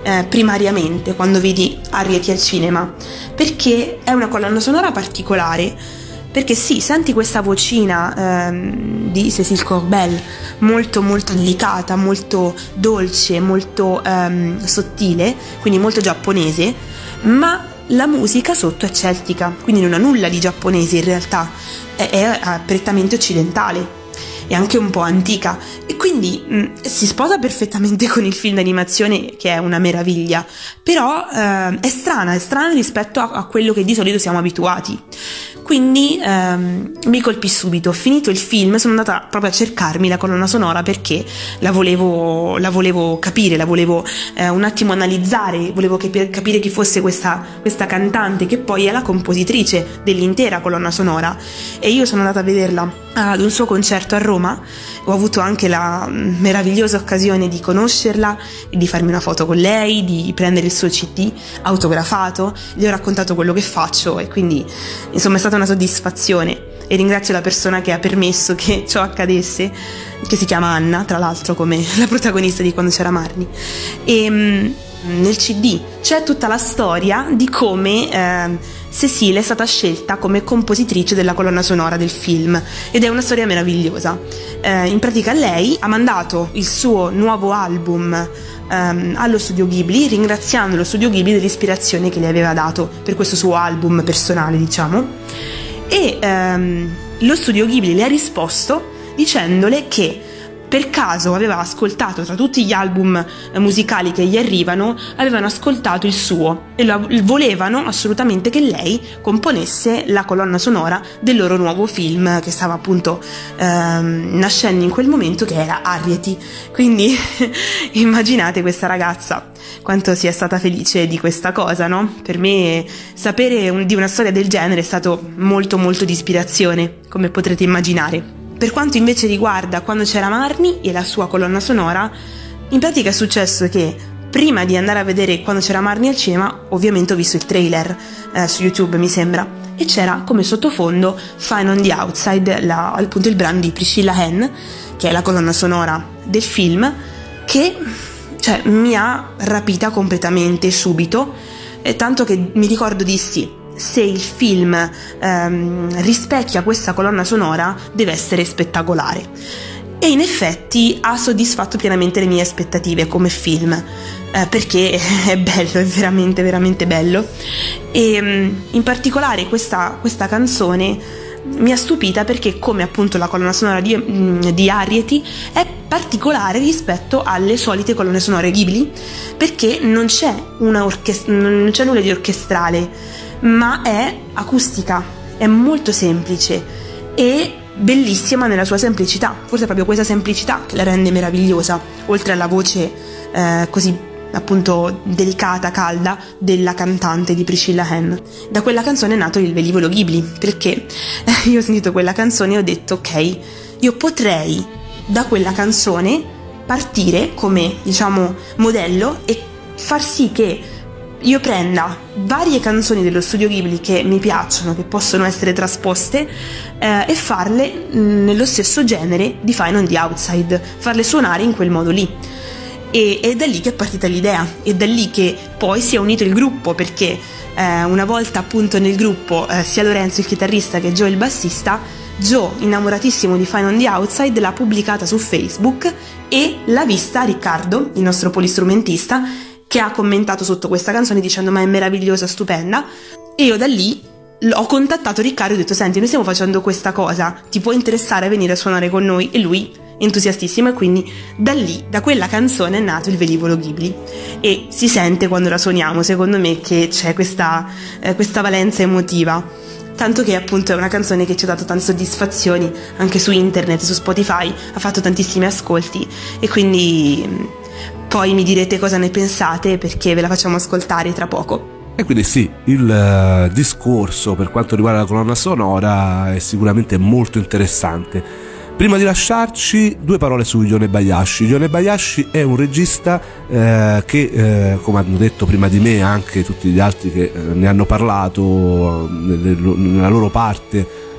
eh, primariamente quando vedi Arrietty al cinema, perché è una colonna sonora particolare, perché sì, senti questa vocina ehm, di Cécile Corbel molto molto delicata, molto dolce, molto ehm, sottile, quindi molto giapponese, ma la musica sotto è celtica, quindi non ha nulla di giapponese in realtà, è, è prettamente occidentale e anche un po' antica, e quindi mh, si sposa perfettamente con il film d'animazione, che è una meraviglia, però eh, è strana, è strana rispetto a, a quello che di solito siamo abituati. Quindi ehm, mi colpì subito. Finito il film sono andata proprio a cercarmi la colonna sonora, perché la volevo, la volevo capire, la volevo eh, un attimo analizzare, volevo capire, capire chi fosse questa, questa cantante, che poi è la compositrice dell'intera colonna sonora, e io sono andata a vederla ad un suo concerto a Roma. Ho avuto anche la meravigliosa occasione di conoscerla, di farmi una foto con lei, di prendere il suo C D autografato, gli ho raccontato quello che faccio, e quindi insomma è stata una soddisfazione, e ringrazio la persona che ha permesso che ciò accadesse, che si chiama Anna, tra l'altro, come la protagonista di Quando c'era Marnie. E nel C D c'è tutta la storia di come eh, Cécile è stata scelta come compositrice della colonna sonora del film, ed è una storia meravigliosa. Eh, in pratica lei ha mandato il suo nuovo album ehm, allo studio Ghibli, ringraziando lo studio Ghibli dell'ispirazione che le aveva dato per questo suo album personale, diciamo, e ehm, lo studio Ghibli le ha risposto dicendole che per caso aveva ascoltato, tra tutti gli album musicali che gli arrivano, avevano ascoltato il suo, e lo, volevano assolutamente che lei componesse la colonna sonora del loro nuovo film che stava appunto ehm, nascendo in quel momento, che era Arrietty. Quindi immaginate questa ragazza quanto sia stata felice di questa cosa, no? Per me sapere un, di una storia del genere è stato molto molto di ispirazione, come potrete immaginare. Per quanto invece riguarda Quando c'era Marnie e la sua colonna sonora, in pratica è successo che prima di andare a vedere Quando c'era Marnie al cinema, ovviamente ho visto il trailer eh, su YouTube, mi sembra, e c'era come sottofondo Fine on the Outside, la, appunto il brano di Priscilla Henn, che è la colonna sonora del film, che cioè, mi ha rapita completamente subito, eh, tanto che mi ricordo dissi: se il film ehm, rispecchia questa colonna sonora deve essere spettacolare, e in effetti ha soddisfatto pienamente le mie aspettative come film, eh, perché è bello, è veramente veramente bello, e in particolare questa, questa canzone mi ha stupita perché, come appunto la colonna sonora di, di Arrietty, è particolare rispetto alle solite colonne sonore Ghibli, perché non c'è, una orchest- non c'è nulla di orchestrale, ma è acustica, è molto semplice e bellissima nella sua semplicità. Forse è proprio questa semplicità che la rende meravigliosa, oltre alla voce eh, così appunto delicata, calda della cantante di Priscilla Henn. Da quella canzone è nato il velivolo Ghibli, perché io ho sentito quella canzone e ho detto: ok, io potrei da quella canzone partire come, diciamo, modello e far sì che io prenda varie canzoni dello studio Ghibli che mi piacciono, che possono essere trasposte, eh, e farle nello stesso genere di Fine on the Outside, farle suonare in quel modo lì. E è da lì che è partita l'idea, è da lì che poi si è unito il gruppo, perché eh, una volta appunto nel gruppo eh, sia Lorenzo il chitarrista che Joe il bassista, Joe, innamoratissimo di Fine on the Outside, l'ha pubblicata su Facebook e l'ha vista Riccardo, il nostro polistrumentista, che ha commentato sotto questa canzone dicendo: ma è meravigliosa, stupenda. E io da lì ho contattato Riccardo e ho detto: senti, noi stiamo facendo questa cosa, ti può interessare a venire a suonare con noi? E lui entusiastissimo, e quindi da lì, da quella canzone è nato il velivolo Ghibli, e si sente quando la suoniamo, secondo me, che c'è questa, eh, questa valenza emotiva, tanto che appunto è una canzone che ci ha dato tante soddisfazioni anche su internet, su Spotify, ha fatto tantissimi ascolti, e quindi poi mi direte cosa ne pensate, perché ve la facciamo ascoltare tra poco. E quindi sì, il uh, discorso per quanto riguarda la colonna sonora è sicuramente molto interessante. Prima di lasciarci, due parole su Yonebayashi. Yonebayashi è un regista eh, che, eh, come hanno detto prima di me anche tutti gli altri che eh, ne hanno parlato eh, nella loro parte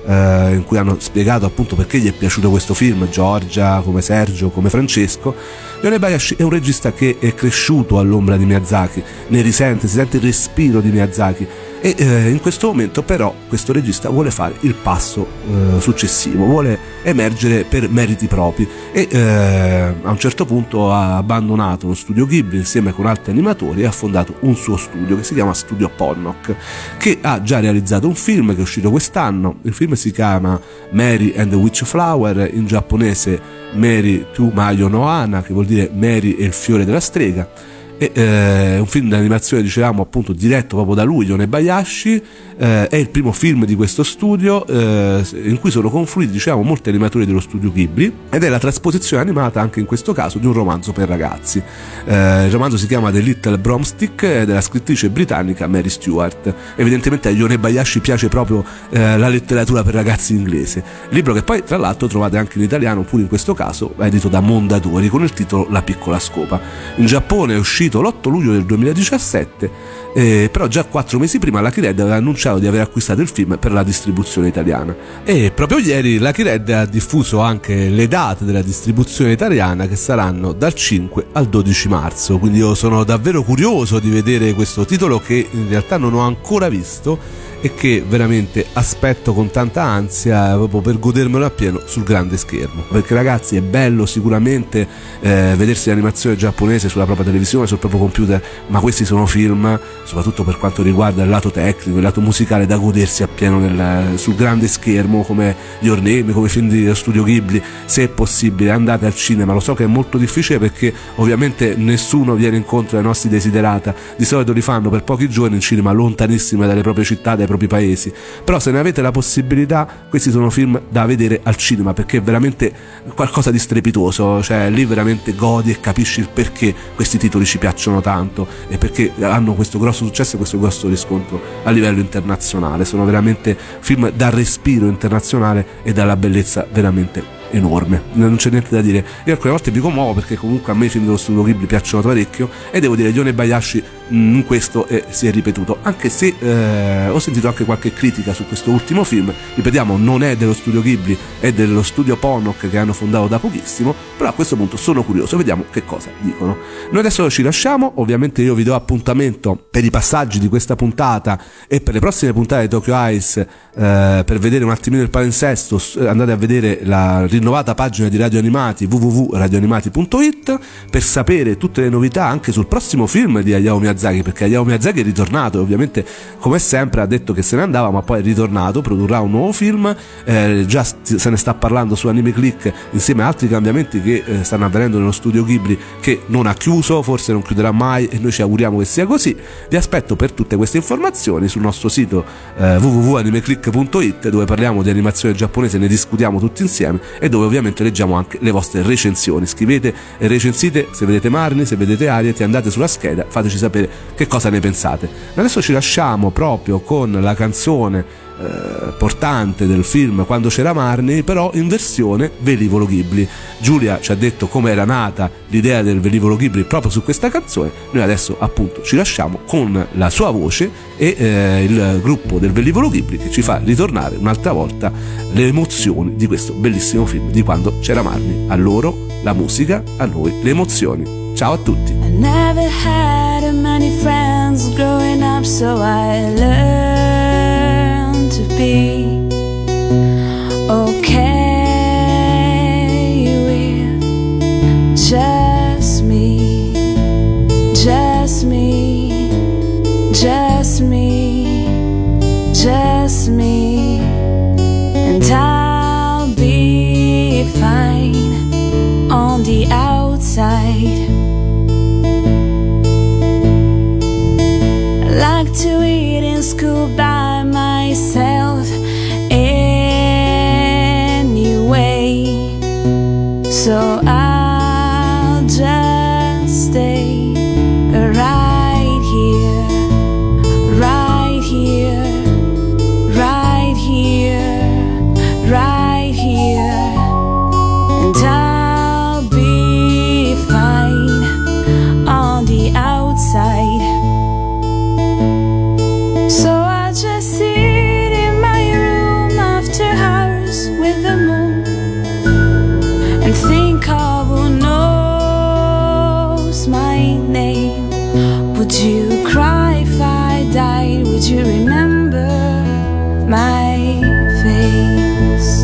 eh, in cui hanno spiegato appunto perché gli è piaciuto questo film, Giorgia, come Sergio, come Francesco. Yonebayashi è un regista che è cresciuto all'ombra di Miyazaki, ne risente, si sente il respiro di Miyazaki, e eh, in questo momento però questo regista vuole fare il passo eh, successivo, vuole emergere per meriti propri e eh, a un certo punto ha abbandonato lo studio Ghibli insieme con altri animatori e ha fondato un suo studio che si chiama Studio Ponnock, che ha già realizzato un film che è uscito quest'anno. Il film si chiama Mary and the Witch Flower, in giapponese Mary to Mayo no Hana, che vuol dire Mary e il fiore della strega. È eh, un film d'animazione, dicevamo, appunto diretto proprio da lui, Yonebayashi. Eh, è il primo film di questo studio eh, in cui sono confluiti, diciamo, molti animatori dello studio Ghibli, ed è la trasposizione animata anche in questo caso di un romanzo per ragazzi. Eh, il romanzo si chiama The Little Broomstick, è della scrittrice britannica Mary Stewart. Evidentemente a Yonebayashi piace proprio eh, la letteratura per ragazzi inglese, libro che poi tra l'altro trovate anche in italiano, pure in questo caso edito da Mondadori con il titolo La piccola scopa. In Giappone è uscito l'otto luglio del duemiladiciassette, eh, però già quattro mesi prima Lucky Red aveva annunciato di aver acquistato il film per la distribuzione italiana, e proprio ieri Lucky Red ha diffuso anche le date della distribuzione italiana, che saranno dal cinque al dodici marzo. Quindi io sono davvero curioso di vedere questo titolo, che in realtà non ho ancora visto e che veramente aspetto con tanta ansia proprio per godermelo appieno sul grande schermo, perché ragazzi è bello sicuramente eh, vedersi l'animazione giapponese sulla propria televisione, sul proprio computer, ma questi sono film, soprattutto per quanto riguarda il lato tecnico, il lato musicale, da godersi appieno nel, sul grande schermo, come Your Name, come film di Studio Ghibli. Se è possibile andate al cinema, lo so che è molto difficile perché ovviamente nessuno viene incontro ai nostri desiderata, di solito li fanno per pochi giorni in cinema lontanissime dalle proprie città, dai propri paesi, però se ne avete la possibilità questi sono film da vedere al cinema, perché è veramente qualcosa di strepitoso, cioè lì veramente godi e capisci il perché questi titoli ci piacciono tanto e perché hanno questo grosso successo e questo grosso riscontro a livello internazionale. Sono veramente film dal respiro internazionale e dalla bellezza veramente enorme, non c'è niente da dire. Io alcune volte mi commuovo perché comunque a me i film dello studio Ghibli piacciono parecchio, e devo dire Yonebayashi in questo eh, si è ripetuto, anche se eh, ho sentito anche qualche critica su questo ultimo film. Ripetiamo, non è dello studio Ghibli, è dello studio Ponnock, che hanno fondato da pochissimo, però a questo punto sono curioso, vediamo che cosa dicono. Noi adesso ci lasciamo, ovviamente io vi do appuntamento per i passaggi di questa puntata e per le prossime puntate di Tokyo Eyes, eh, per vedere un attimino il palinsesto andate a vedere la rinnovata pagina di Radio Animati, w w w punto radio animati punto i t, per sapere tutte le novità anche sul prossimo film di Hayao Miyazaki, perché Hayao Miyazaki è ritornato e ovviamente come sempre ha detto che se ne andava, ma poi è ritornato, produrrà un nuovo film, eh, già se ne sta parlando su Anime Click insieme a altri cambiamenti che eh, stanno avvenendo nello studio Ghibli, che non ha chiuso, forse non chiuderà mai, e noi ci auguriamo che sia così. Vi aspetto per tutte queste informazioni sul nostro sito eh, w w w punto anime click punto i t, dove parliamo di animazione giapponese, ne discutiamo tutti insieme e dove ovviamente leggiamo anche le vostre recensioni. Scrivete e recensite, se vedete Marni, se vedete Ariete, andate sulla scheda, fateci sapere che cosa ne pensate. Adesso ci lasciamo proprio con la canzone eh, portante del film Quando c'era Marni, però in versione velivolo Ghibli. Giulia ci ha detto come era nata l'idea del velivolo Ghibli proprio su questa canzone. Noi adesso appunto ci lasciamo con la sua voce e eh, il gruppo del velivolo Ghibli, che ci fa ritornare un'altra volta le emozioni di questo bellissimo film di Quando c'era Marni. A loro la musica, a noi le emozioni. Ciao a tutti. I never had many friends growing up, so I learned to be okay with just me, just me, just me, just me, and I'll be fine on the outside. I like to eat in school by myself anyway, so I'll just stay right here, right here, right here, right here, and I'll be fine on the outside. So I just you cry if I died? Would you remember my face?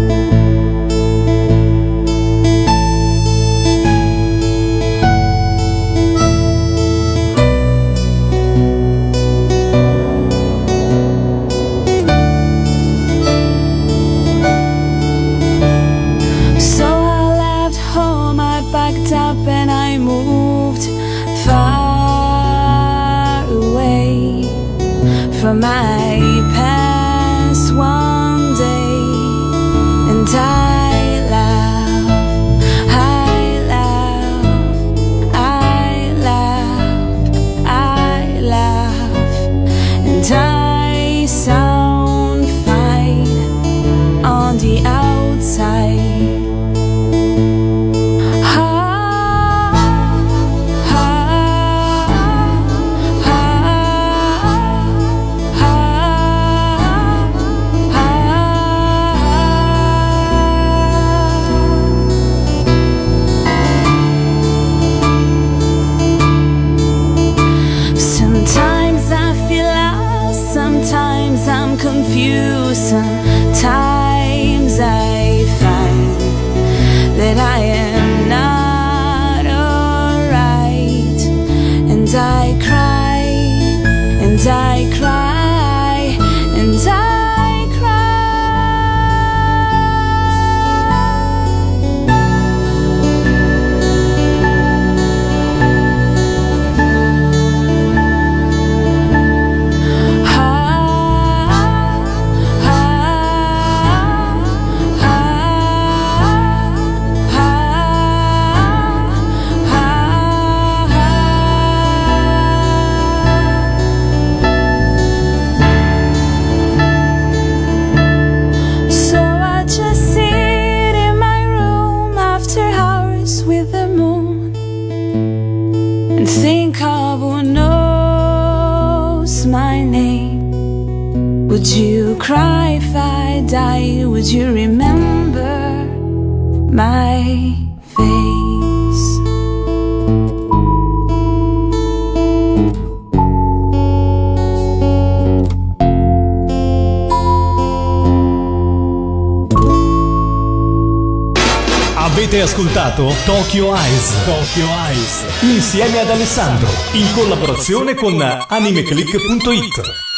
So I left home, I packed up and I moved far away from my past one day, and I laugh, I laugh, I laugh, I laugh, and I sound fine on the outside. Sometimes I feel lost, sometimes I'm confused, sometimes I find that I am not alright, and I cry, and I cry, and I with the moon and think of who knows my name. Would you cry if I died? Would you remember my face? Avete ascoltato Tokyo Eyes, Tokyo Eyes, insieme ad Alessandro, in collaborazione con animeclick punto it.